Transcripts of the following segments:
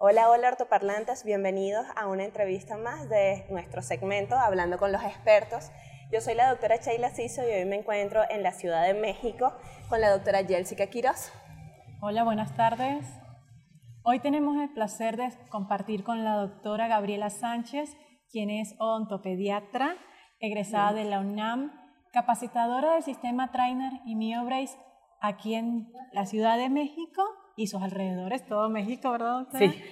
Hola, hola ortoparlantes, bienvenidos a una entrevista más de nuestro segmento Hablando con los expertos. Yo soy la doctora Sheila Ciso y hoy me encuentro en la Ciudad de México con la doctora Yeltsinka Quiroz. Hola, buenas tardes. Hoy tenemos el placer de compartir con la doctora Gabriela Sánchez, quien es odontopediatra, egresada de la UNAM, capacitadora del sistema Trainer y MioBrace aquí en la Ciudad de México y sus alrededores, todo México, ¿verdad, doctora? Sí.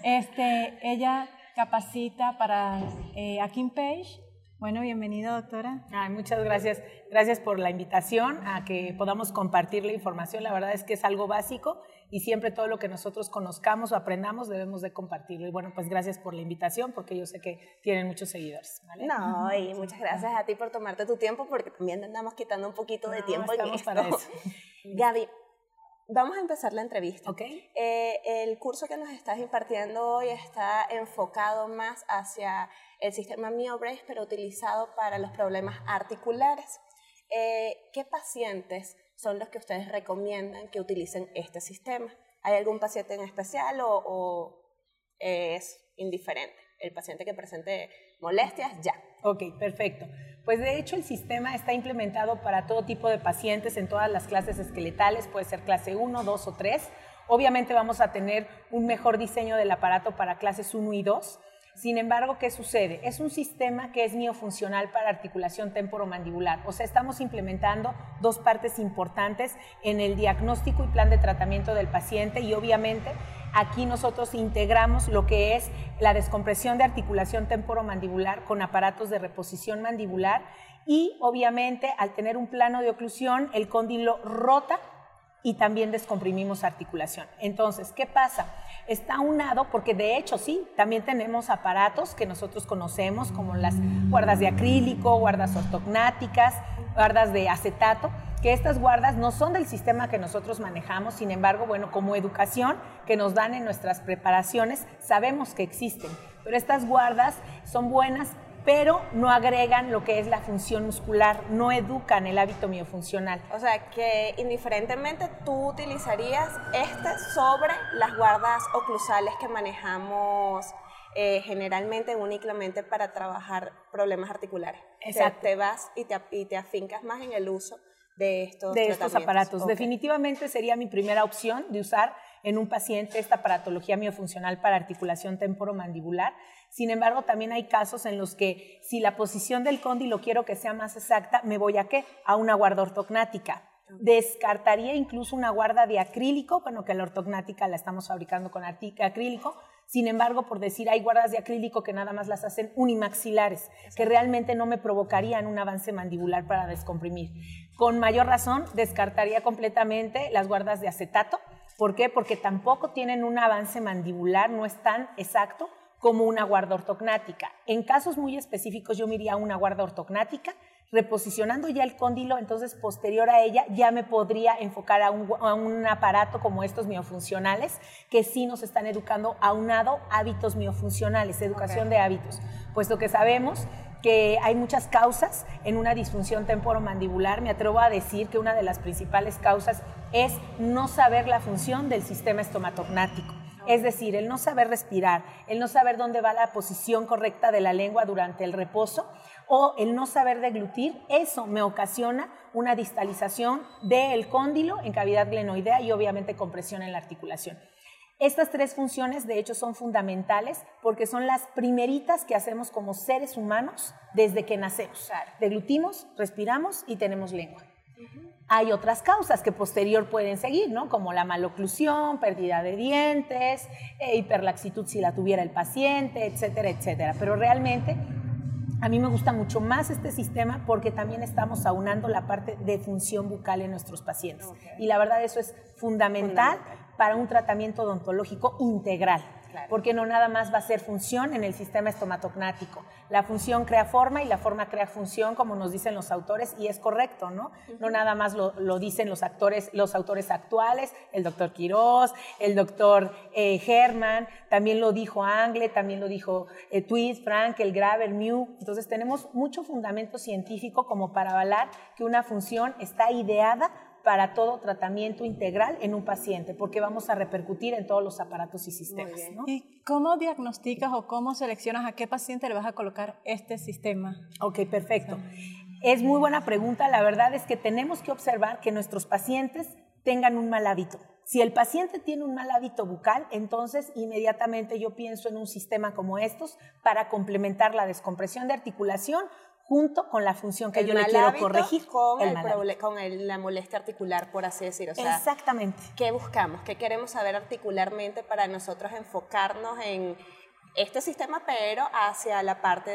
Ella capacita para Akin Page. Bueno, bienvenida, doctora. Muchas gracias. Gracias por la invitación a que podamos compartir la información. La verdad es que es algo básico y siempre todo lo que nosotros conozcamos o aprendamos debemos de compartirlo. Y bueno, pues gracias por la invitación porque yo sé que tienen muchos seguidores, ¿vale? No, y muchas gracias a ti por tomarte tu tiempo porque también andamos quitando un poquito de tiempo en esto. Para eso. Gaby, vamos a empezar la entrevista. Okay. El curso que nos estás impartiendo hoy está enfocado más hacia el sistema MioBrace, pero utilizado para los problemas articulares. ¿Qué pacientes son los que ustedes recomiendan que utilicen este sistema? ¿Hay algún paciente en especial o es indiferente? El paciente que presente molestias, ya. Ok, perfecto. Pues de hecho el sistema está implementado para todo tipo de pacientes en todas las clases esqueletales, puede ser clase 1, 2 o 3. Obviamente vamos a tener un mejor diseño del aparato para clases 1 y 2. Sin embargo, ¿qué sucede? Es un sistema que es miofuncional para articulación temporomandibular. O sea, estamos implementando dos partes importantes en el diagnóstico y plan de tratamiento del paciente y obviamente aquí nosotros integramos lo que es la descompresión de articulación temporomandibular con aparatos de reposición mandibular y obviamente al tener un plano de oclusión el cóndilo rota y también descomprimimos articulación. Entonces, ¿qué pasa? Está aunado porque de hecho sí, también tenemos aparatos que nosotros conocemos como las guardas de acrílico, guardas ortognáticas, guardas de acetato, que estas guardas no son del sistema que nosotros manejamos, sin embargo, bueno, como educación que nos dan en nuestras preparaciones, sabemos que existen, pero estas guardas son buenas, pero no agregan lo que es la función muscular, no educan el hábito miofuncional. O sea, que indiferentemente tú utilizarías sobre las guardas oclusales que manejamos generalmente, únicamente para trabajar problemas articulares. Exacto. Te vas y te afincas más en el uso de estos aparatos. Okay. Definitivamente sería mi primera opción de usar en un paciente esta aparatología miofuncional para articulación temporomandibular. Sin embargo, también hay casos en los que si la posición del cóndilo quiero que sea más exacta, me voy ¿a qué? A una guarda ortognática. Descartaría incluso una guarda de acrílico, bueno, que la ortognática la estamos fabricando con acrílico. Sin embargo, por decir, hay guardas de acrílico que nada más las hacen unimaxilares, que realmente no me provocarían un avance mandibular para descomprimir. Con mayor razón, descartaría completamente las guardas de acetato. ¿Por qué? Porque tampoco tienen un avance mandibular, no es tan exacto como una guarda ortognática. En casos muy específicos yo me iría a una guarda ortognática, reposicionando ya el cóndilo, entonces posterior a ella ya me podría enfocar a un aparato como estos miofuncionales que sí nos están educando aunado hábitos miofuncionales, educación de hábitos, puesto que sabemos que hay muchas causas en una disfunción temporomandibular. Me atrevo a decir que una de las principales causas es no saber la función del sistema estomatognático. Es decir, el no saber respirar, el no saber dónde va la posición correcta de la lengua durante el reposo o el no saber deglutir, eso me ocasiona una distalización del cóndilo en cavidad glenoidea y obviamente compresión en la articulación. Estas tres funciones de hecho son fundamentales porque son las primeritas que hacemos como seres humanos desde que nacemos. Deglutimos, respiramos y tenemos lengua. Hay otras causas que posterior pueden seguir, ¿no? Como la maloclusión, pérdida de dientes, hiperlaxitud si la tuviera el paciente, etcétera, etcétera. Pero realmente a mí me gusta mucho más este sistema porque también estamos aunando la parte de función bucal en nuestros pacientes. Okay. Y la verdad eso es fundamental para un tratamiento odontológico integral. Claro. Porque no nada más va a ser función en el sistema estomatognático. La función crea forma y la forma crea función, como nos dicen los autores, y es correcto, ¿no? No nada más lo dicen los autores actuales, el doctor Quiroz, el doctor Herman, también lo dijo Angle, también lo dijo Twist, Frankel, Graver, Mew. Entonces tenemos mucho fundamento científico como para avalar que una función está ideada para todo tratamiento integral en un paciente, porque vamos a repercutir en todos los aparatos y sistemas, ¿no? ¿Y cómo diagnosticas o cómo seleccionas a qué paciente le vas a colocar este sistema? Ok, perfecto. Es muy buena pregunta. La verdad es que tenemos que observar que nuestros pacientes tengan un mal hábito. Si el paciente tiene un mal hábito bucal, entonces inmediatamente yo pienso en un sistema como estos para complementar la descompresión de articulación junto con la función que yo le quiero corregir. Con la molestia articular, por así decir. O sea, exactamente. ¿Qué buscamos? ¿Qué queremos saber articularmente para nosotros enfocarnos en este sistema, pero hacia la parte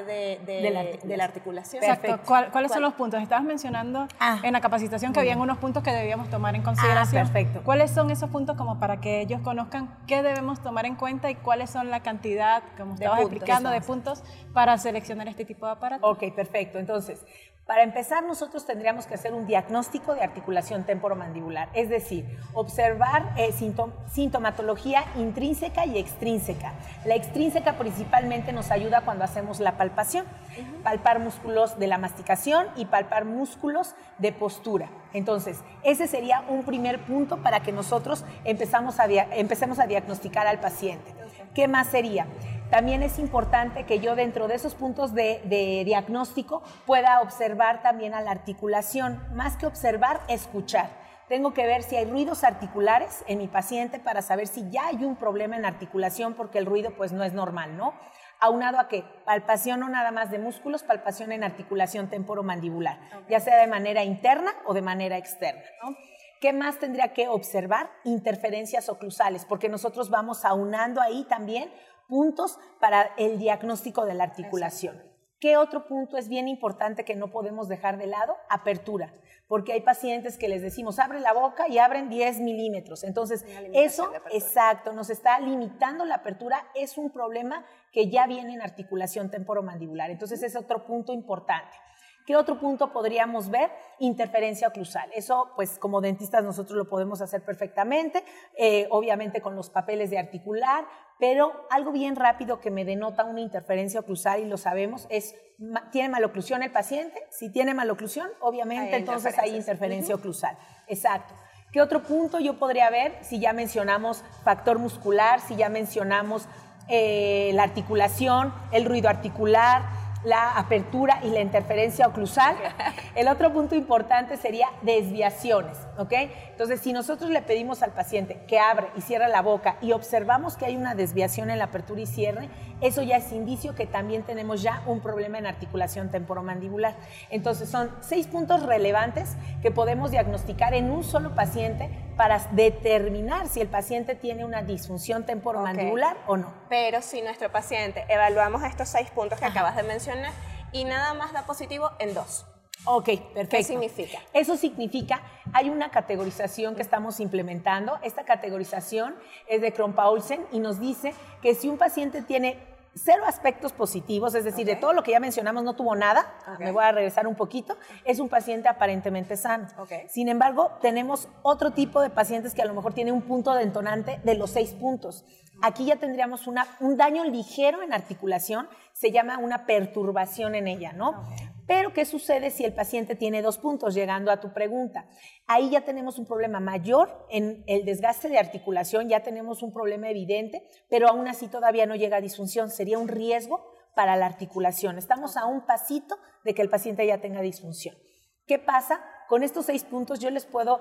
de la articulación? Exacto. ¿Cuáles son los puntos? Estabas mencionando en la capacitación que habían unos puntos que debíamos tomar en consideración. Perfecto. ¿Cuáles son esos puntos como para que ellos conozcan qué debemos tomar en cuenta y cuáles son la cantidad, como estabas explicando, de puntos para seleccionar este tipo de aparatos? Ok, perfecto. Entonces, para empezar, nosotros tendríamos que hacer un diagnóstico de articulación temporomandibular, es decir, observar sintomatología intrínseca y extrínseca. La extrínseca principalmente nos ayuda cuando hacemos la palpación, palpar músculos de la masticación y palpar músculos de postura. Entonces, ese sería un primer punto para que nosotros empecemos a diagnosticar al paciente. ¿Qué más sería? También es importante que yo dentro de esos puntos de diagnóstico pueda observar también a la articulación, más que observar, escuchar. Tengo que ver si hay ruidos articulares en mi paciente para saber si ya hay un problema en articulación, porque el ruido pues no es normal, ¿no? Aunado a que palpación no nada más de músculos, palpación en articulación temporomandibular, ya sea de manera interna o de manera externa, ¿no? ¿Qué más tendría que observar? Interferencias oclusales, porque nosotros vamos aunando ahí también puntos para el diagnóstico de la articulación. ¿Qué otro punto es bien importante que no podemos dejar de lado? Apertura, porque hay pacientes que les decimos, abre la boca y abren 10 milímetros. Entonces, eso, exacto, nos está limitando la apertura, es un problema que ya viene en articulación temporomandibular. Entonces, es otro punto importante. ¿Qué otro punto podríamos ver? Interferencia oclusal. Eso, pues, como dentistas nosotros lo podemos hacer perfectamente, obviamente con los papeles de articular, pero algo bien rápido que me denota una interferencia oclusal, y lo sabemos, es, ¿tiene maloclusión el paciente? Si tiene maloclusión, obviamente, entonces hay interferencia oclusal. Exacto. ¿Qué otro punto yo podría ver? Si ya mencionamos factor muscular, si ya mencionamos la articulación, el ruido articular, la apertura y la interferencia oclusal. El otro punto importante sería desviaciones, ¿ok? Entonces, si nosotros le pedimos al paciente que abre y cierre la boca y observamos que hay una desviación en la apertura y cierre, eso ya es indicio que también tenemos ya un problema en articulación temporomandibular. Entonces, son 6 puntos relevantes que podemos diagnosticar en un solo paciente para determinar si el paciente tiene una disfunción temporomandibular o no. Pero si nuestro paciente, evaluamos estos 6 puntos que acabas de mencionar y nada más da positivo en 2. Ok, perfecto. ¿Qué significa? Eso significa, hay una categorización que estamos implementando. Esta categorización es de Krohn-Paulsen y nos dice que si un paciente tiene 0 aspectos positivos, es decir, de todo lo que ya mencionamos no tuvo nada, me voy a regresar un poquito, es un paciente aparentemente sano. Sin embargo, tenemos otro tipo de pacientes que a lo mejor tienen un punto detonante de los 6 puntos. Aquí ya tendríamos un daño ligero en articulación, se llama una perturbación en ella, ¿no? Pero, ¿qué sucede si el paciente tiene 2 puntos? Llegando a tu pregunta. Ahí ya tenemos un problema mayor en el desgaste de articulación, ya tenemos un problema evidente, pero aún así todavía no llega a disfunción. Sería un riesgo para la articulación. Estamos a un pasito de que el paciente ya tenga disfunción. ¿Qué pasa? Con estos 6 puntos yo les puedo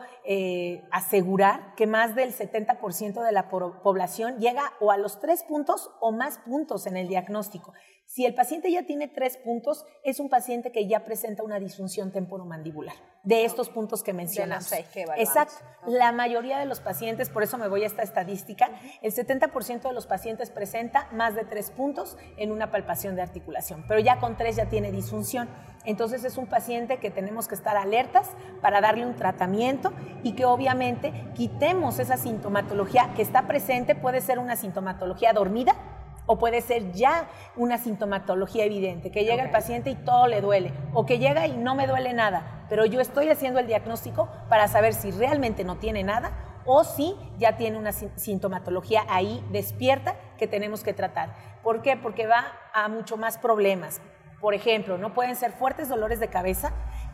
asegurar que más del 70% de la población llega o a los 3 puntos o más puntos en el diagnóstico. Si el paciente ya tiene 3 puntos, es un paciente que ya presenta una disfunción temporomandibular, de estos puntos que mencionamos. De los 6 que evaluamos. Exacto. La mayoría de los pacientes, por eso me voy a esta estadística, el 70% de los pacientes presenta más de 3 puntos en una palpación de articulación, pero ya con 3 ya tiene disfunción. Entonces es un paciente que tenemos que estar alertas para darle un tratamiento y que obviamente quitemos esa sintomatología que está presente. Puede ser una sintomatología dormida o puede ser ya una sintomatología evidente, que llega el paciente y todo le duele, o que llega y no me duele nada, pero yo estoy haciendo el diagnóstico para saber si realmente no tiene nada o si ya tiene una sintomatología ahí despierta que tenemos que tratar. ¿Por qué? Porque va a mucho más problemas. Por ejemplo, no pueden ser fuertes dolores de cabeza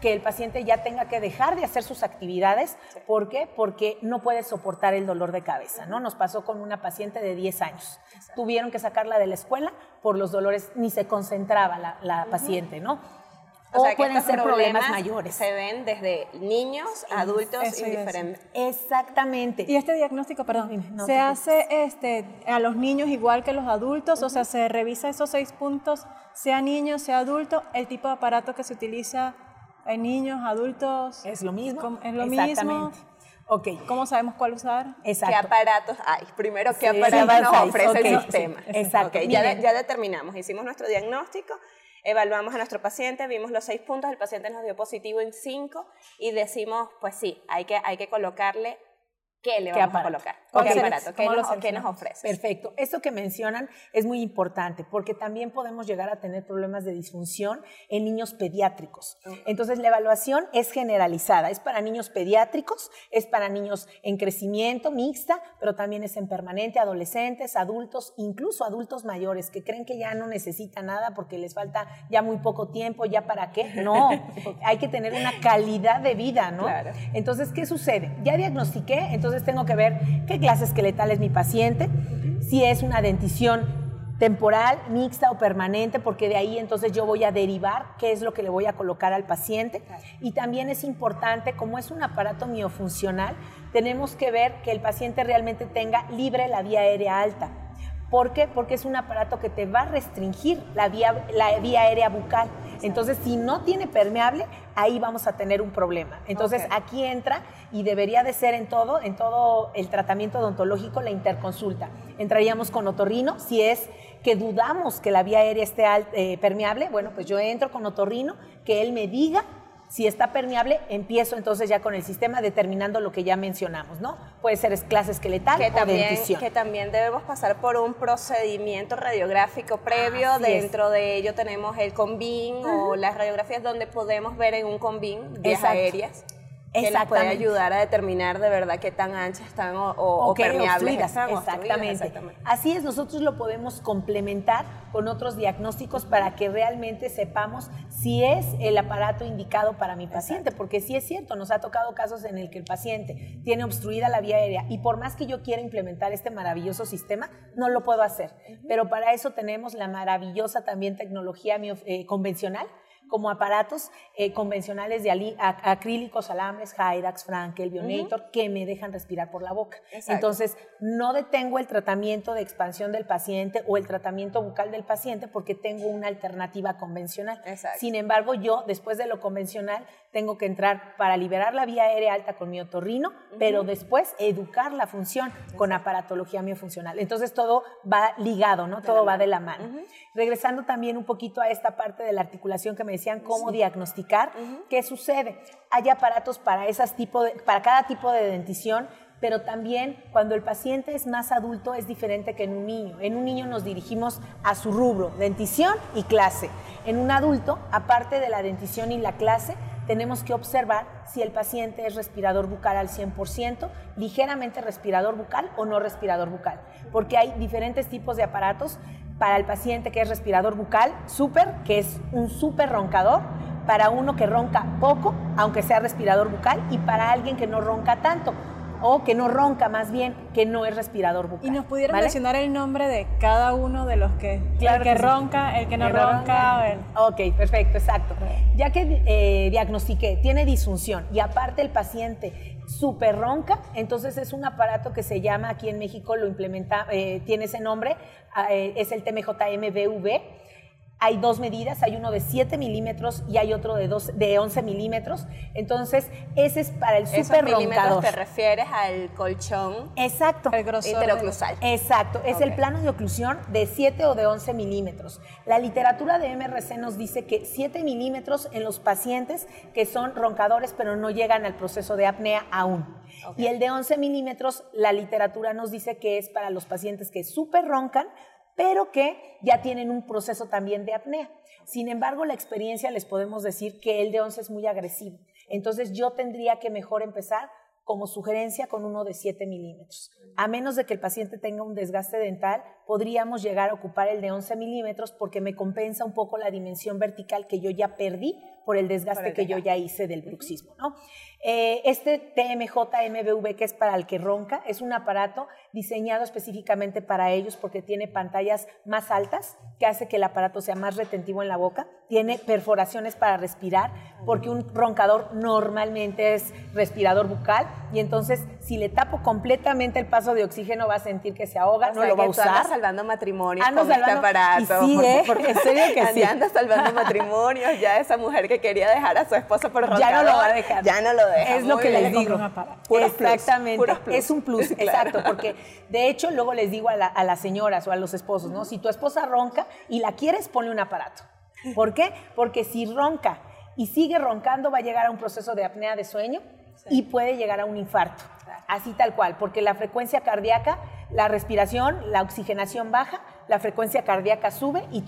que el paciente ya tenga que dejar de hacer sus actividades. Sí. ¿Por qué? Porque no puede soportar el dolor de cabeza, ¿no? Nos pasó con una paciente de 10 años. Tuvieron que sacarla de la escuela por los dolores, ni se concentraba la paciente, ¿no? O sea, pueden ser problemas mayores. Se ven desde niños, adultos indiferentes. Exactamente. Y este diagnóstico, perdón, ¿se hace a los niños igual que los adultos? O sea, se revisa esos 6 puntos, sea niño, sea adulto, el tipo de aparato que se utiliza en niños, adultos. ¿Es lo mismo? ¿Es lo mismo? Okay. ¿Cómo sabemos cuál usar? Exacto. ¿Qué aparatos hay? Primero, ¿qué aparatos nos ofrece el sistema? Exacto. Okay, ya determinamos, hicimos nuestro diagnóstico, evaluamos a nuestro paciente, vimos los 6 puntos, el paciente nos dio positivo en 5 y decimos, pues sí, hay que colocarle. ¿Qué le vamos a colocar? ¿Qué aparato? ¿Qué nos ofrece? Perfecto. Esto que mencionan es muy importante porque también podemos llegar a tener problemas de disfunción en niños pediátricos. Entonces, la evaluación es generalizada. Es para niños pediátricos, es para niños en crecimiento, mixta, pero también es en permanente, adolescentes, adultos, incluso adultos mayores que creen que ya no necesitan nada porque les falta ya muy poco tiempo, ¿ya para qué? No, hay que tener una calidad de vida, ¿no? Claro. Entonces, ¿qué sucede? Ya diagnostiqué, entonces tengo que ver qué clase esqueletal es mi paciente, si es una dentición temporal, mixta o permanente, porque de ahí entonces yo voy a derivar qué es lo que le voy a colocar al paciente. Y también es importante, como es un aparato miofuncional, tenemos que ver que el paciente realmente tenga libre la vía aérea alta. ¿Por qué? Porque es un aparato que te va a restringir la vía aérea bucal. Entonces, si no tiene permeable, ahí vamos a tener un problema. Entonces, aquí entra, y debería de ser en todo el tratamiento odontológico, la interconsulta. Entraríamos con otorrino, si es que dudamos que la vía aérea esté permeable, bueno, pues yo entro con otorrino, que él me diga. Si está permeable, empiezo entonces ya con el sistema determinando lo que ya mencionamos, ¿no? Puede ser clase esqueletal o dentición. Que también debemos pasar por un procedimiento radiográfico previo. Dentro de ello tenemos el CONBIN o las radiografías donde podemos ver en un CONBIN vías aéreas. Que nos puede ayudar a determinar de verdad qué tan anchas están o permeables están. Exactamente. Así es, nosotros lo podemos complementar con otros diagnósticos para que realmente sepamos si es el aparato indicado para mi paciente, porque sí es cierto, nos ha tocado casos en el que el paciente tiene obstruida la vía aérea y por más que yo quiera implementar este maravilloso sistema, no lo puedo hacer. Pero para eso tenemos la maravillosa también tecnología convencional, como aparatos convencionales de acrílicos, alambres, Hyrax, Frankel, Bionator, que me dejan respirar por la boca. Exacto. Entonces, no detengo el tratamiento de expansión del paciente o el tratamiento bucal del paciente porque tengo una alternativa convencional. Exacto. Sin embargo, yo, después de lo convencional, tengo que entrar para liberar la vía aérea alta con mi otorrino, pero después educar la función con aparatología miofuncional. Entonces, todo va ligado, ¿no? Todo va de la mano. Regresando también un poquito a esta parte de la articulación que me decían cómo diagnosticar, ¿qué sucede? Hay aparatos para cada tipo de dentición, pero también cuando el paciente es más adulto es diferente que en un niño. En un niño nos dirigimos a su rubro, dentición y clase. En un adulto, aparte de la dentición y la clase, tenemos que observar si el paciente es respirador bucal al 100%, ligeramente respirador bucal o no respirador bucal, porque hay diferentes tipos de aparatos para el paciente que es respirador bucal, que es un súper roncador, para uno que ronca poco, aunque sea respirador bucal, y para alguien que no ronca tanto, o que no ronca más bien, que no es respirador bucal. ¿Y nos pudieron mencionar el nombre de cada uno de los que, claro, el que ronca, el que no ronca? Ok, perfecto, exacto. Ya que diagnostiqué, tiene disfunción y aparte el paciente súper ronca, entonces es un aparato que se llama, aquí en México lo implementa, tiene ese nombre, es el TMJM-BV. Hay 2 medidas, hay uno de 7 milímetros y hay otro de 11 milímetros. Entonces, ese es para el súper roncador. ¿Te refieres al colchón? Exacto. El grosor interoclusal. Exacto, es el plano de oclusión de 7 o de 11 milímetros. La literatura de MRC nos dice que 7 milímetros en los pacientes que son roncadores pero no llegan al proceso de apnea aún. Y el de 11 milímetros, la literatura nos dice que es para los pacientes que súper roncan, pero que ya tienen un proceso también de apnea. Sin embargo, la experiencia les podemos decir que el de 11 es muy agresivo. Entonces, yo tendría que mejor empezar como sugerencia con uno de 7 milímetros. A menos de que el paciente tenga un desgaste dental, podríamos llegar a ocupar el de 11 milímetros porque me compensa un poco la dimensión vertical que yo ya perdí por el desgaste que yo ya hice del bruxismo, ¿no? Este TMJ-MBV, que es para el que ronca, es un aparato diseñado específicamente para ellos porque tiene pantallas más altas, que hace que el aparato sea más retentivo en la boca, tiene perforaciones para respirar, porque un roncador normalmente es respirador bucal, y entonces si le tapo completamente el paso de oxígeno va a sentir que se ahoga, O no sea, lo va a que tú andas usar. salvando matrimonios Ando con este salvando- aparato. y sí, en serio que sí. Andas salvando matrimonios, ya esa mujer que quería dejar a su esposo por roncador, Ya no lo va a dejar. Ya no lo deja. Es lo Muy que bien. les digo. un aparato. Puros plus, Exactamente, puros plus. es un plus, Claro. exacto, porque de hecho luego les digo a las señoras o a los esposos, ¿no? Si tu esposa ronca y la quieres, ponle un aparato. ¿Por qué? Porque si ronca y sigue roncando va a llegar a un proceso de apnea de sueño y puede llegar a un infarto. Así tal cual, porque la frecuencia cardíaca, la respiración, la oxigenación baja, la frecuencia cardíaca sube y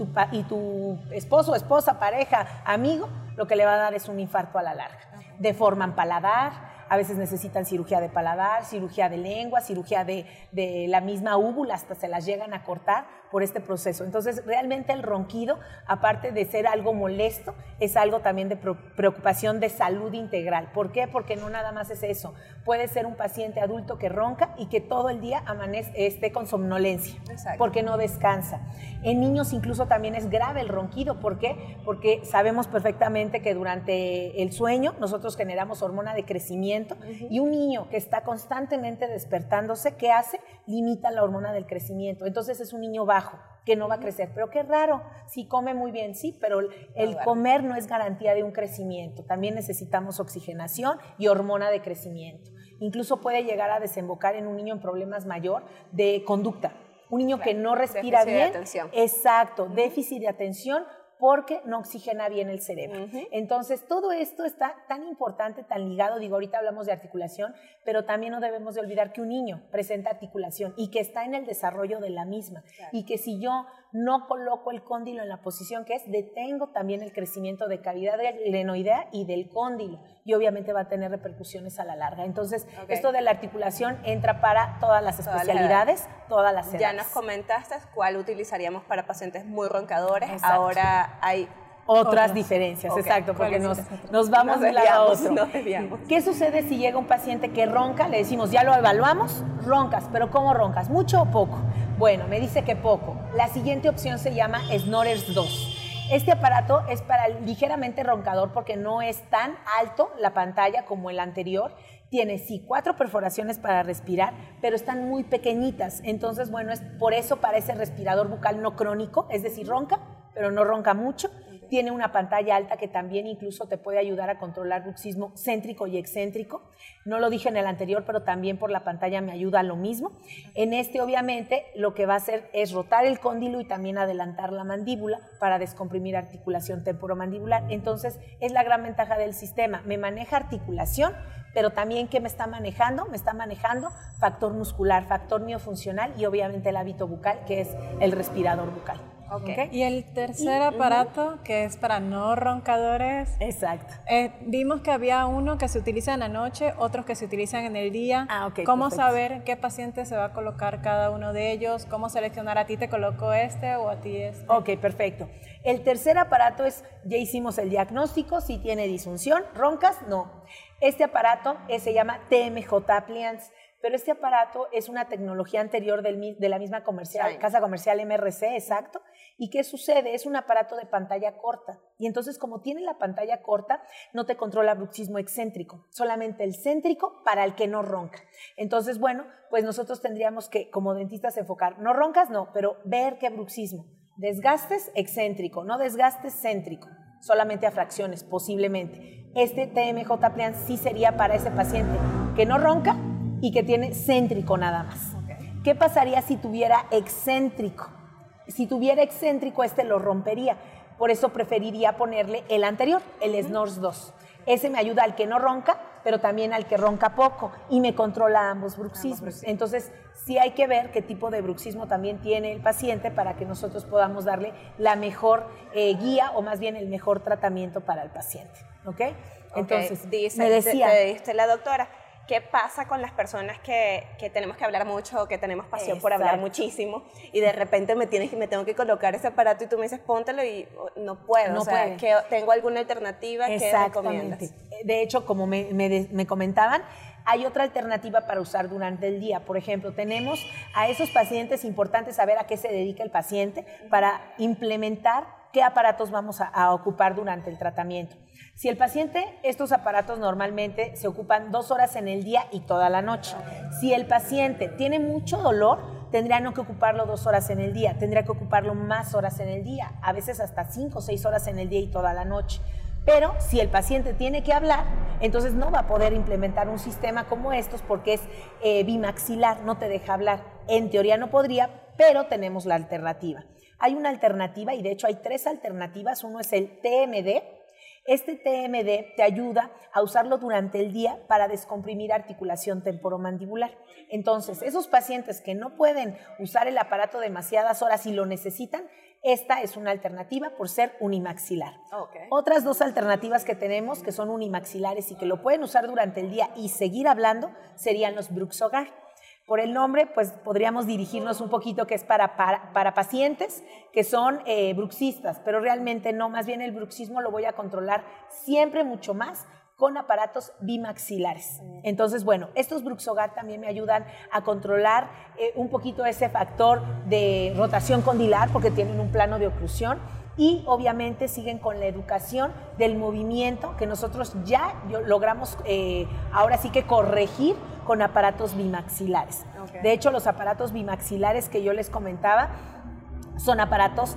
tu esposo, esposa, pareja, amigo, lo que le va a dar es un infarto a la larga. Deforman paladar, a veces necesitan cirugía de paladar, cirugía de lengua, cirugía de la misma úvula, hasta se las llegan a cortar por este proceso. Entonces, realmente el ronquido, aparte de ser algo molesto, es algo también de preocupación de salud integral. ¿Por qué? Porque no nada más es eso. Puede ser un paciente adulto que ronca y que todo el día esté con somnolencia, Exacto. porque no descansa. En niños incluso también es grave el ronquido. ¿Por qué? Porque sabemos perfectamente que durante el sueño nosotros generamos hormona de crecimiento y un niño que está constantemente despertándose, ¿qué hace? Limita la hormona del crecimiento. Entonces es un niño bajo, que no va a crecer. Pero qué raro, sí come muy bien, sí, pero el comer no es garantía de un crecimiento. También necesitamos oxigenación y hormona de crecimiento. Incluso puede llegar a desembocar en un niño en problemas mayor de conducta. Un niño que no respira déficit de bien. atención. Exacto, déficit de atención porque no oxigena bien el cerebro. Entonces, todo esto está tan importante, tan ligado. Digo, ahorita hablamos de articulación, pero también no debemos de olvidar que un niño presenta articulación y que está en el desarrollo de la misma. Claro. Y que si yo no coloco el cóndilo en la posición que es, detengo también el crecimiento de cavidad glenoidea y del cóndilo. Y obviamente va a tener repercusiones a la larga. Entonces, esto de la articulación entra para todas las especialidades, todas las edades. Ya nos comentaste cuál utilizaríamos para pacientes muy roncadores. Exacto. Ahora hay otras diferencias, exacto, porque nos vamos de un lado a otro. ¿Qué sucede si llega un paciente que ronca? Le decimos, ya lo evaluamos, roncas, pero ¿cómo roncas? ¿Mucho o poco? Bueno, me dice que poco. La siguiente opción se llama Snorers 2. Este aparato es para el ligeramente roncador porque no es tan alto la pantalla como el anterior. Tiene, sí, 4 perforaciones para respirar, pero están muy pequeñitas. Entonces, bueno, es por eso parece respirador bucal no crónico, es decir, ronca, pero no ronca mucho. Tiene una pantalla alta que también incluso te puede ayudar a controlar bruxismo céntrico y excéntrico. No lo dije en el anterior, pero también por la pantalla me ayuda a lo mismo. En este, obviamente, lo que va a hacer es rotar el cóndilo y también adelantar la mandíbula para descomprimir articulación temporomandibular. Entonces, es la gran ventaja del sistema. Me maneja articulación, pero también, ¿qué me está manejando? Me está manejando factor muscular, factor miofuncional y obviamente el hábito bucal, que es el respirador bucal. Okay. Y el tercer aparato, que es para no roncadores. Exacto. Vimos que había uno que se utiliza en la noche, otros que se utilizan en el día. ¿Cómo perfecto. saber qué paciente se va a colocar cada uno de ellos? ¿Cómo seleccionar a ti te coloco este o a ti este? Ok, perfecto. El tercer aparato es, ya hicimos el diagnóstico, si tiene disfunción, roncas, no. Este aparato se llama TMJ Appliance. Pero este aparato es una tecnología anterior de la misma casa comercial MRC, exacto. ¿Y qué sucede? Es un aparato de pantalla corta. Y entonces, como tiene la pantalla corta, no te controla bruxismo excéntrico, solamente el céntrico para el que no ronca. Entonces, bueno, pues nosotros tendríamos que, como dentistas, enfocar, no roncas, no, pero ver qué bruxismo. Desgastes excéntrico, no desgastes céntrico, solamente a fracciones, posiblemente. Este TMJ Appliance sí sería para ese paciente que no ronca y que tiene céntrico nada más. ¿Qué pasaría si tuviera excéntrico? Si tuviera excéntrico, este lo rompería. Por eso preferiría ponerle el anterior, el Snores 2. Ese me ayuda al que no ronca, pero también al que ronca poco y me controla ambos bruxismos. Entonces, sí hay que ver qué tipo de bruxismo también tiene el paciente para que nosotros podamos darle la mejor guía o más bien el mejor tratamiento para el paciente. ¿Ok? Entonces, dice, me decía... te la doctora, ¿qué pasa con las personas que tenemos que hablar mucho, que tenemos pasión por hablar muchísimo y de repente me tengo que colocar ese aparato y tú me dices póntelo y no puedo? O sea, que ¿tengo alguna alternativa que recomiendas? De hecho, como me comentaban, hay otra alternativa para usar durante el día. Por ejemplo, tenemos a esos pacientes, importantes saber a qué se dedica el paciente para implementar qué aparatos vamos a ocupar durante el tratamiento. Si el paciente, estos aparatos normalmente se ocupan 2 horas en el día y toda la noche. Si el paciente tiene mucho dolor, tendría no que ocuparlo 2 horas en el día, tendría que ocuparlo más horas en el día, a veces hasta 5 o 6 horas en el día y toda la noche. Pero si el paciente tiene que hablar, entonces no va a poder implementar un sistema como estos porque es bimaxilar, no te deja hablar. En teoría no podría, pero tenemos la alternativa. Hay una alternativa y de hecho hay 3 alternativas. Uno es el TMD. Este TMD te ayuda a usarlo durante el día para descomprimir articulación temporomandibular. Entonces, esos pacientes que no pueden usar el aparato demasiadas horas y lo necesitan, esta es una alternativa por ser unimaxilar. Okay. Otras 2 alternativas que tenemos que son unimaxilares y que lo pueden usar durante el día y seguir hablando serían los Bruxogar. Por el nombre, pues podríamos dirigirnos un poquito que es para pacientes que son bruxistas, pero realmente no, más bien el bruxismo lo voy a controlar siempre mucho más con aparatos bimaxilares. Entonces, bueno, estos Bruxogar también me ayudan a controlar un poquito ese factor de rotación condilar porque tienen un plano de oclusión y obviamente siguen con la educación del movimiento que nosotros ya logramos ahora sí que corregir con aparatos bimaxilares. Okay. De hecho, los aparatos bimaxilares que yo les comentaba son aparatos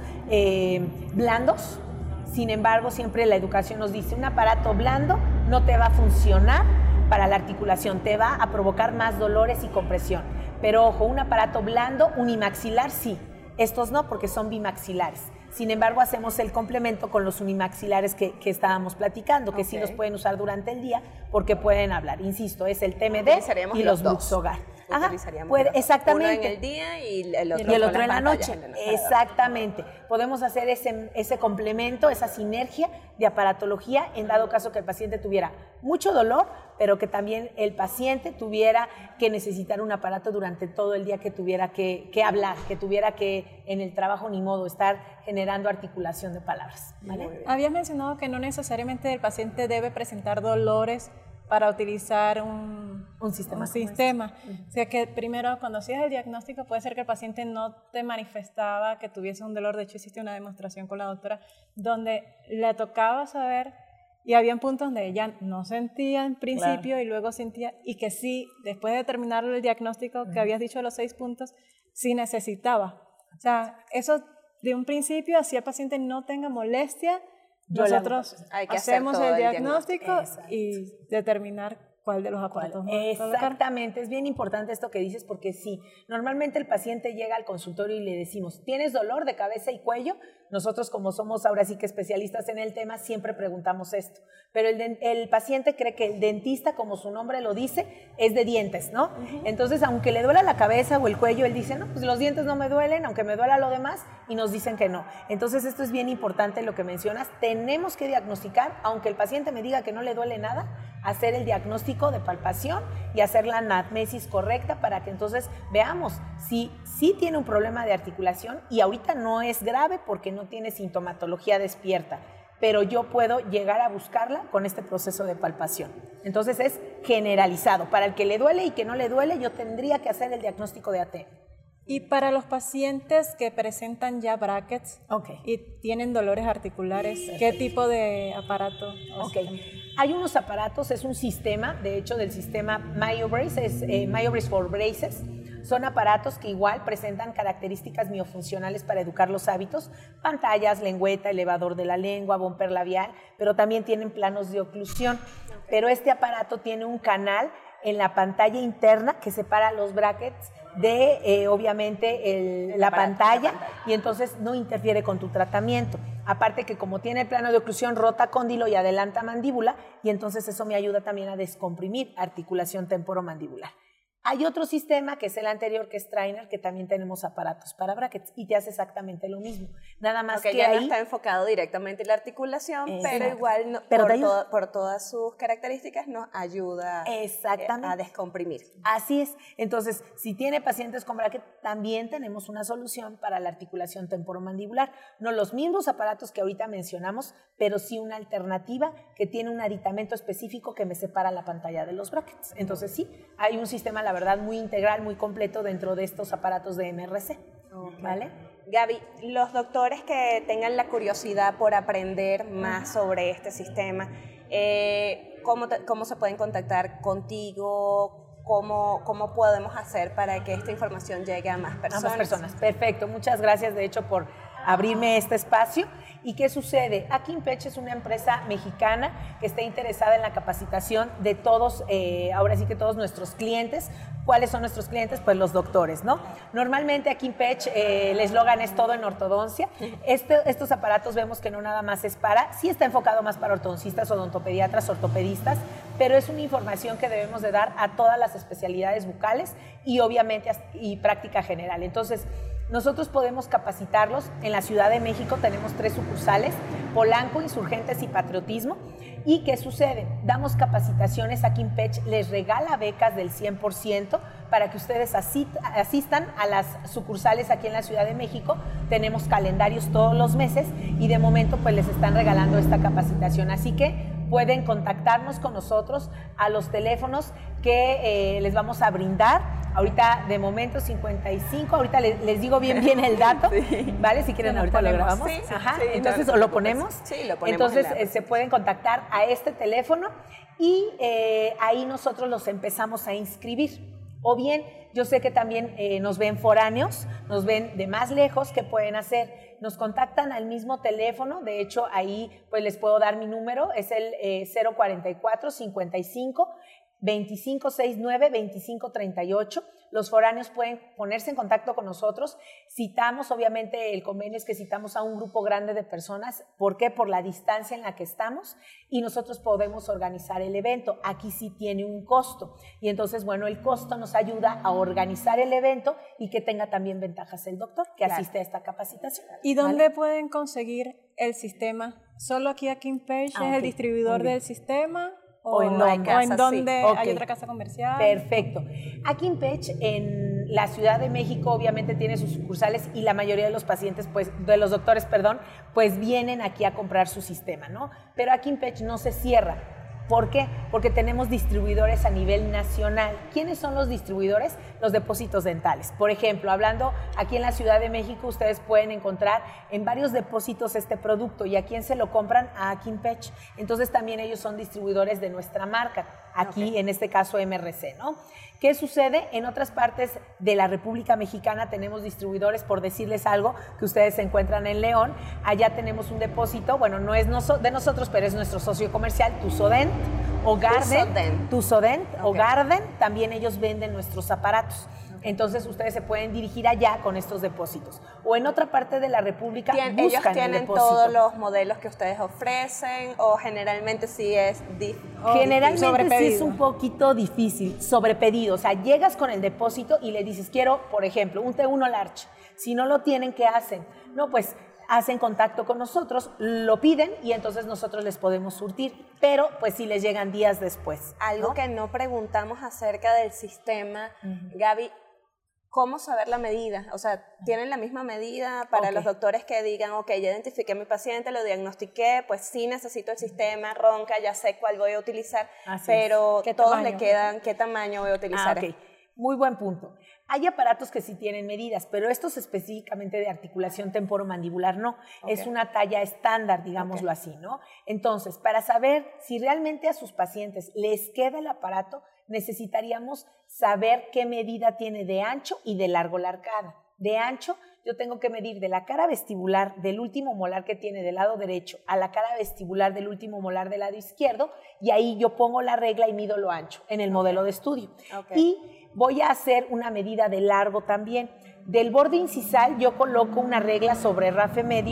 blandos. Sin embargo, siempre la educación nos dice, un aparato blando no te va a funcionar para la articulación, te va a provocar más dolores y compresión. Pero ojo, un aparato blando, unimaxilar sí, estos no porque son bimaxilares. Sin embargo, hacemos el complemento con los unimaxilares que estábamos platicando, que sí los pueden usar durante el día porque pueden hablar. Insisto, es el TMD y los Bruxogar. Exactamente. Uno en el día y el otro, en la noche. Exactamente. Podemos hacer ese complemento, esa sinergia de aparatología en dado caso que el paciente tuviera mucho dolor, pero que también el paciente tuviera que necesitar un aparato durante todo el día, que tuviera que hablar, que tuviera que en el trabajo ni modo estar generando articulación de palabras. ¿Vale? Habías mencionado que no necesariamente el paciente debe presentar dolores para utilizar un sistema. O sea que primero cuando hacías el diagnóstico puede ser que el paciente no te manifestaba que tuviese un dolor. De hecho hiciste una demostración con la doctora donde le tocaba saber y habían puntos donde ella no sentía en principio y luego sentía y que sí, después de terminar el diagnóstico que habías dicho de los 6 puntos, sí necesitaba. O sea, eso de un principio así el paciente no tenga molestia. Nosotros hacemos el diagnóstico y determinar cuál de los aparatos. Exactamente, es bien importante esto que dices porque sí, normalmente el paciente llega al consultorio y le decimos, ¿tienes dolor de cabeza y cuello? Nosotros como somos ahora sí que especialistas en el tema siempre preguntamos esto, pero el paciente cree que el dentista, como su nombre lo dice, es de dientes, ¿no? Entonces, aunque le duela la cabeza o el cuello, él dice, no, pues los dientes no me duelen, aunque me duela lo demás, y nos dicen que no. Entonces, esto es bien importante lo que mencionas, tenemos que diagnosticar, aunque el paciente me diga que no le duele nada, hacer el diagnóstico de palpación y hacer la anamnesis correcta para que entonces veamos si sí tiene un problema de articulación y ahorita no es grave porque no tiene sintomatología despierta, pero yo puedo llegar a buscarla con este proceso de palpación. Entonces es generalizado. Para el que le duele y que no le duele, yo tendría que hacer el diagnóstico de ATM. Y para los pacientes que presentan ya brackets y tienen dolores articulares, ¿qué tipo de aparato? Hay unos aparatos, es un sistema, de hecho del sistema MyoBrace, es MyoBrace for Braces. Son aparatos que igual presentan características miofuncionales para educar los hábitos, pantallas, lengüeta, elevador de la lengua, bumper labial, pero también tienen planos de oclusión. Pero este aparato tiene un canal en la pantalla interna que separa los brackets de obviamente la pantalla y entonces no interfiere con tu tratamiento. Aparte que como tiene el plano de oclusión, rota cóndilo y adelanta mandíbula y entonces eso me ayuda también a descomprimir articulación temporomandibular. Hay otro sistema que es el anterior, que es Trainer, que también tenemos aparatos para brackets y te hace exactamente lo mismo. Nada más que ya ahí no está enfocado directamente en la articulación, pero igual por todas sus características nos ayuda a descomprimir. Así es. Entonces, si tiene pacientes con bracket, también tenemos una solución para la articulación temporomandibular. No los mismos aparatos que ahorita mencionamos, pero sí una alternativa que tiene un aditamento específico que me separa la pantalla de los brackets. Entonces, sí, hay un sistema, la verdad, muy integral, muy completo dentro de estos aparatos de MRC. ¿Vale? Gaby, los doctores que tengan la curiosidad por aprender más sobre este sistema, ¿cómo se pueden contactar contigo? ¿Cómo podemos hacer para que esta información llegue a más personas? A más personas, perfecto. Muchas gracias, de hecho, por abrirme este espacio. ¿Y qué sucede? Akimpech es una empresa mexicana que está interesada en la capacitación de todos, ahora sí que todos nuestros clientes. ¿Cuáles son nuestros clientes? Pues los doctores, ¿no? Normalmente Akimpech, el eslogan es todo en ortodoncia. Estos aparatos vemos que no nada más es sí está enfocado más para ortodoncistas, odontopediatras, ortopedistas, pero es una información que debemos de dar a todas las especialidades bucales y obviamente y práctica general. Entonces, nosotros podemos capacitarlos. En la Ciudad de México tenemos 3 sucursales, Polanco, Insurgentes y Patriotismo. ¿Y qué sucede? Damos capacitaciones, Akimpech les regala becas del 100% para que ustedes asistan a las sucursales aquí en la Ciudad de México. Tenemos calendarios todos los meses y de momento pues les están regalando esta capacitación. Así que pueden contactarnos con nosotros a los teléfonos que les vamos a brindar. Ahorita, de momento, 55. Ahorita les digo bien el dato, sí. ¿Vale? Si quieren, ahorita lo grabamos. Sí, ajá. Sí, entonces, ¿o lo ponemos? Sí, lo ponemos. Entonces, se pueden contactar a este teléfono y ahí nosotros los empezamos a inscribir. O bien, yo sé que también nos ven foráneos, nos ven de más lejos. ¿Qué pueden hacer? Nos contactan al mismo teléfono. De hecho, ahí pues les puedo dar mi número. Es el 044 55 2569 2538. Los foráneos pueden ponerse en contacto con nosotros. Citamos, obviamente el convenio es que citamos a un grupo grande de personas. ¿Por qué? Por la distancia en la que estamos, y nosotros podemos organizar el evento. Aquí sí tiene un costo, y entonces, bueno, el costo nos ayuda a organizar el evento y que tenga también ventajas el doctor que asiste a esta capacitación. ¿Y dónde pueden conseguir el sistema? ¿Solo aquí Akimpech es el distribuidor del sistema? ¿O en dónde hay otra casa comercial? Perfecto. Akimpech en la Ciudad de México obviamente tiene sus sucursales y la mayoría de los pacientes, de los doctores, pues vienen aquí a comprar su sistema, ¿no? Pero Akimpech no se cierra. ¿Por qué? Porque tenemos distribuidores a nivel nacional. ¿Quiénes son los distribuidores? Los depósitos dentales. Por ejemplo, hablando aquí en la Ciudad de México, ustedes pueden encontrar en varios depósitos este producto. ¿Y a quién se lo compran? A Akimpech. Entonces también ellos son distribuidores de nuestra marca, aquí en este caso MRC, ¿no? ¿Qué sucede? En otras partes de la República Mexicana tenemos distribuidores, por decirles algo, que ustedes se encuentran en León. Allá tenemos un depósito, bueno, no es de nosotros, pero es nuestro socio comercial, Tusodent o Garden. Tusodent o Garden, también ellos venden nuestros aparatos. Entonces, ustedes se pueden dirigir allá con estos depósitos. O en otra parte de la República buscan ¿Ellos tienen el depósito. todos los modelos que ustedes ofrecen o generalmente sí es Generalmente sí es un poquito difícil, sobrepedido. O sea, llegas con el depósito y le dices, quiero, por ejemplo, un T1 Large. Si no lo tienen, ¿qué hacen? No, pues hacen contacto con nosotros, lo piden y entonces nosotros les podemos surtir, pero pues sí les llegan días después. Algo que no preguntamos acerca del sistema, Gaby, ¿cómo saber la medida? O sea, ¿tienen la misma medida para los doctores que digan, ok, ya identifiqué a mi paciente, lo diagnostiqué, pues sí necesito el sistema, ronca, ya sé cuál voy a utilizar, pero todos le quedan, ¿qué tamaño voy a utilizar? Muy buen punto. Hay aparatos que sí tienen medidas, pero estos específicamente de articulación temporomandibular no. Es una talla estándar, digámoslo así, ¿no? Entonces, para saber si realmente a sus pacientes les queda el aparato, necesitaríamos saber qué medida tiene de ancho y de largo la arcada. De ancho, yo tengo que medir de la cara vestibular del último molar que tiene del lado derecho a la cara vestibular del último molar del lado izquierdo, y ahí yo pongo la regla y mido lo ancho en el modelo de estudio. Y voy a hacer una medida de largo también. Del borde incisal yo coloco una regla sobre rafe medio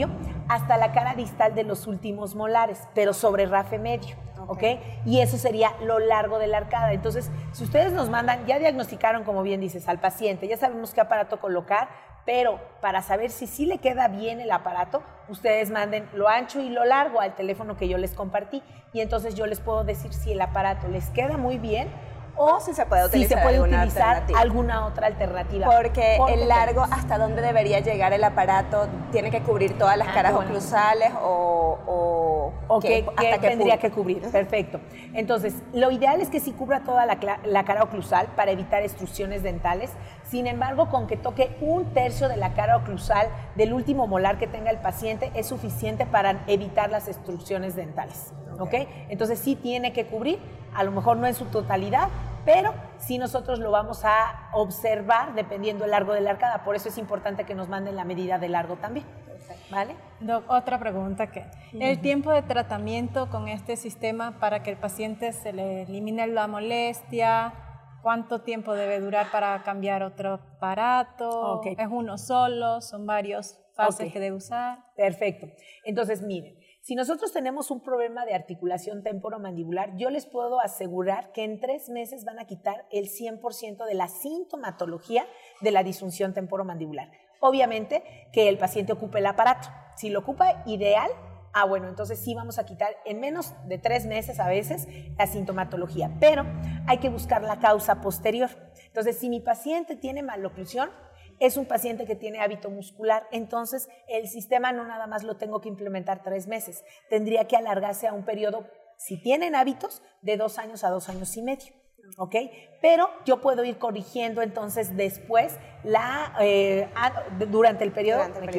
hasta la cara distal de los últimos molares, pero sobre rafe medio, ¿ok? Y eso sería lo largo de la arcada. Entonces, si ustedes nos mandan, ya diagnosticaron, como bien dices, al paciente, ya sabemos qué aparato colocar, pero para saber si sí le queda bien el aparato, ustedes manden lo ancho y lo largo al teléfono que yo les compartí, y entonces yo les puedo decir si el aparato les queda muy bien o si se puede utilizar, alguna otra alternativa. Porque el largo, ¿hasta dónde debería llegar el aparato? ¿Tiene que cubrir todas las caras oclusales o qué tendría que cubrir? Perfecto. Entonces, lo ideal es que sí cubra toda la cara oclusal para evitar extrusiones dentales. Sin embargo, con que toque 1/3 de la cara oclusal del último molar que tenga el paciente es suficiente para evitar las extrusiones dentales. ¿Ok? Entonces, sí tiene que cubrir, a lo mejor no en su totalidad, pero sí nosotros lo vamos a observar dependiendo del largo de la arcada. Por eso es importante que nos manden la medida de largo también. ¿Vale? Doc, otra pregunta que el tiempo de tratamiento con este sistema para que el paciente se le elimine la molestia, ¿cuánto tiempo debe durar para cambiar otro aparato? ¿Es uno solo? ¿Son varios fases que debe usar? Perfecto. Entonces, miren, si nosotros tenemos un problema de articulación temporomandibular, yo les puedo asegurar que en 3 meses van a quitar el 100% de la sintomatología de la disfunción temporomandibular. Obviamente que el paciente ocupe el aparato. Si lo ocupa, ideal. Bueno, entonces sí vamos a quitar en menos de 3 meses a veces la sintomatología, pero hay que buscar la causa posterior. Entonces, si mi paciente tiene maloclusión, es un paciente que tiene hábito muscular, entonces el sistema no nada más lo tengo que implementar 3 meses, tendría que alargarse a un periodo, si tienen hábitos, de 2 años a 2 años y medio. ¿Ok? Pero yo puedo ir corrigiendo entonces después durante el periodo,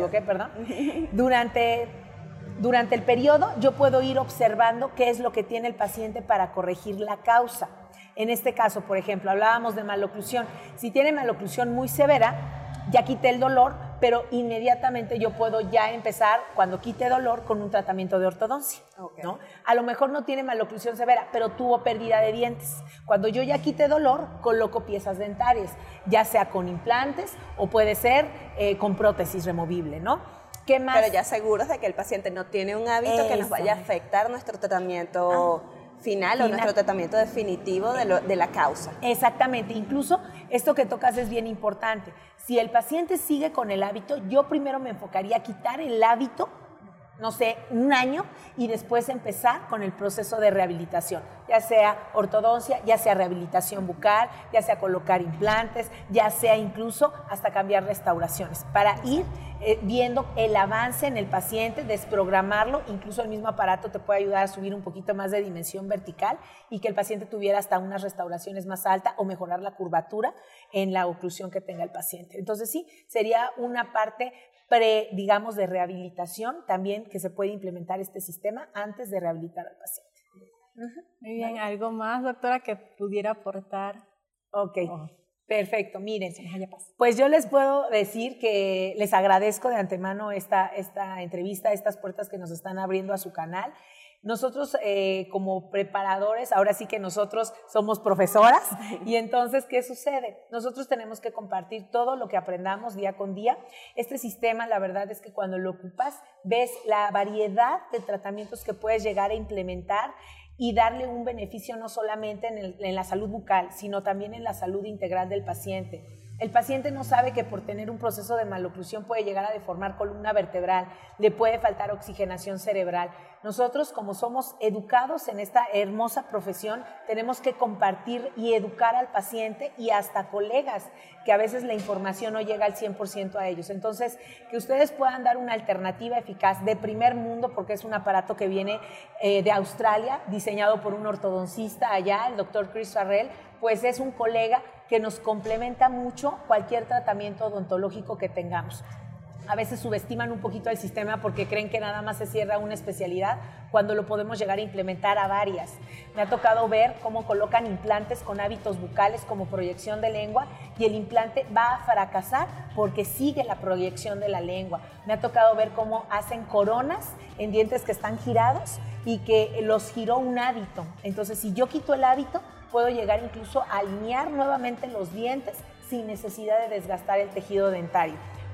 durante el periodo yo puedo ir observando qué es lo que tiene el paciente para corregir la causa. En este caso, por ejemplo, hablábamos de maloclusión. Si tiene maloclusión muy severa, ya quité el dolor, pero inmediatamente yo puedo ya empezar, cuando quite dolor, con un tratamiento de ortodoncia. ¿No? A lo mejor no tiene maloclusión severa, pero tuvo pérdida de dientes. Cuando yo ya quite dolor, coloco piezas dentarias, ya sea con implantes o puede ser con prótesis removible, ¿no? ¿Qué más? Pero ya seguros de que el paciente no tiene un hábito que nos vaya a afectar nuestro tratamiento final o nuestro tratamiento definitivo de la causa. Exactamente. Incluso esto que tocas es bien importante. Si el paciente sigue con el hábito, yo primero me enfocaría a quitar el hábito, no sé, 1 año, y después empezar con el proceso de rehabilitación, ya sea ortodoncia, ya sea rehabilitación bucal, ya sea colocar implantes, ya sea incluso hasta cambiar restauraciones, para ir viendo el avance en el paciente, desprogramarlo. Incluso el mismo aparato te puede ayudar a subir un poquito más de dimensión vertical y que el paciente tuviera hasta unas restauraciones más altas o mejorar la curvatura en la oclusión que tenga el paciente. Entonces sí, sería una parte digamos, de rehabilitación también que se puede implementar este sistema antes de rehabilitar al paciente. Muy bien, ¿algo más, doctora, que pudiera aportar? Ok, perfecto. Miren, pues yo les puedo decir que les agradezco de antemano esta entrevista, estas puertas que nos están abriendo a su canal. Nosotros como preparadores, ahora sí que nosotros somos profesoras, y entonces, ¿qué sucede? Nosotros tenemos que compartir todo lo que aprendamos día con día. Este sistema, la verdad es que cuando lo ocupas, ves la variedad de tratamientos que puedes llegar a implementar y darle un beneficio no solamente en la salud bucal, sino también en la salud integral del paciente. El paciente no sabe que por tener un proceso de maloclusión puede llegar a deformar columna vertebral, le puede faltar oxigenación cerebral. Nosotros, como somos educados en esta hermosa profesión, tenemos que compartir y educar al paciente y hasta colegas, que a veces la información no llega al 100% a ellos. Entonces, que ustedes puedan dar una alternativa eficaz de primer mundo, porque es un aparato que viene de Australia, diseñado por un ortodoncista allá, el doctor Chris Farrell, pues es un colega que nos complementa mucho cualquier tratamiento odontológico que tengamos. A veces subestiman un poquito el sistema porque creen que nada más se cierra una especialidad, cuando lo podemos llegar a implementar a varias. Me ha tocado ver cómo colocan implantes con hábitos bucales como proyección de lengua, y el implante va a fracasar porque sigue la proyección de la lengua. Me ha tocado ver cómo hacen coronas en dientes que están girados y que los giró un hábito. Entonces, si yo quito el hábito, puedo llegar incluso a alinear nuevamente los dientes sin necesidad de desgastar el tejido dentario.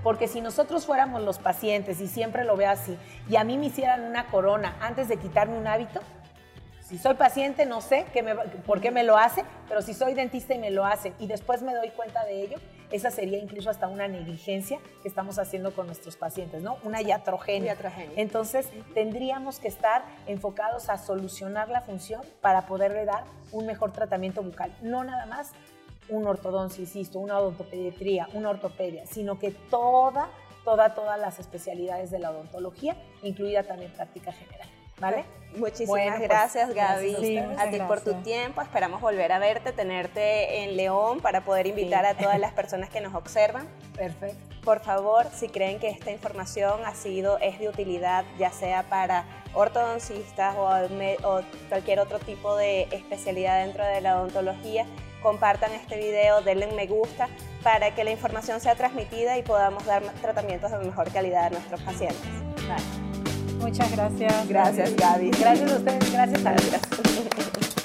porque si nosotros fuéramos los pacientes, y siempre lo veo así, y a mí me hicieran una corona antes de quitarme un hábito, si soy paciente no sé por qué me lo hace, pero si soy dentista y me lo hacen y después me doy cuenta de ello, esa sería incluso hasta una negligencia que estamos haciendo con nuestros pacientes, ¿no? Una iatrogenia. Entonces, tendríamos que estar enfocados a solucionar la función para poderle dar un mejor tratamiento bucal. No nada más una ortodoncia, insisto, una odontopediatría, una ortopedia, sino que todas las especialidades de la odontología, incluida también práctica general. ¿Vale? Muchísimas gracias, Gaby, gracias a ti por tu tiempo. Esperamos volver a verte, tenerte en León para poder invitar a todas las personas que nos observan. Perfecto. Por favor, si creen que esta información es de utilidad, ya sea para ortodoncistas o cualquier otro tipo de especialidad dentro de la odontología, compartan este video, denle me gusta para que la información sea transmitida y podamos dar tratamientos de mejor calidad a nuestros pacientes. Muchas gracias. Gracias, Gaby. Gracias a ustedes, gracias a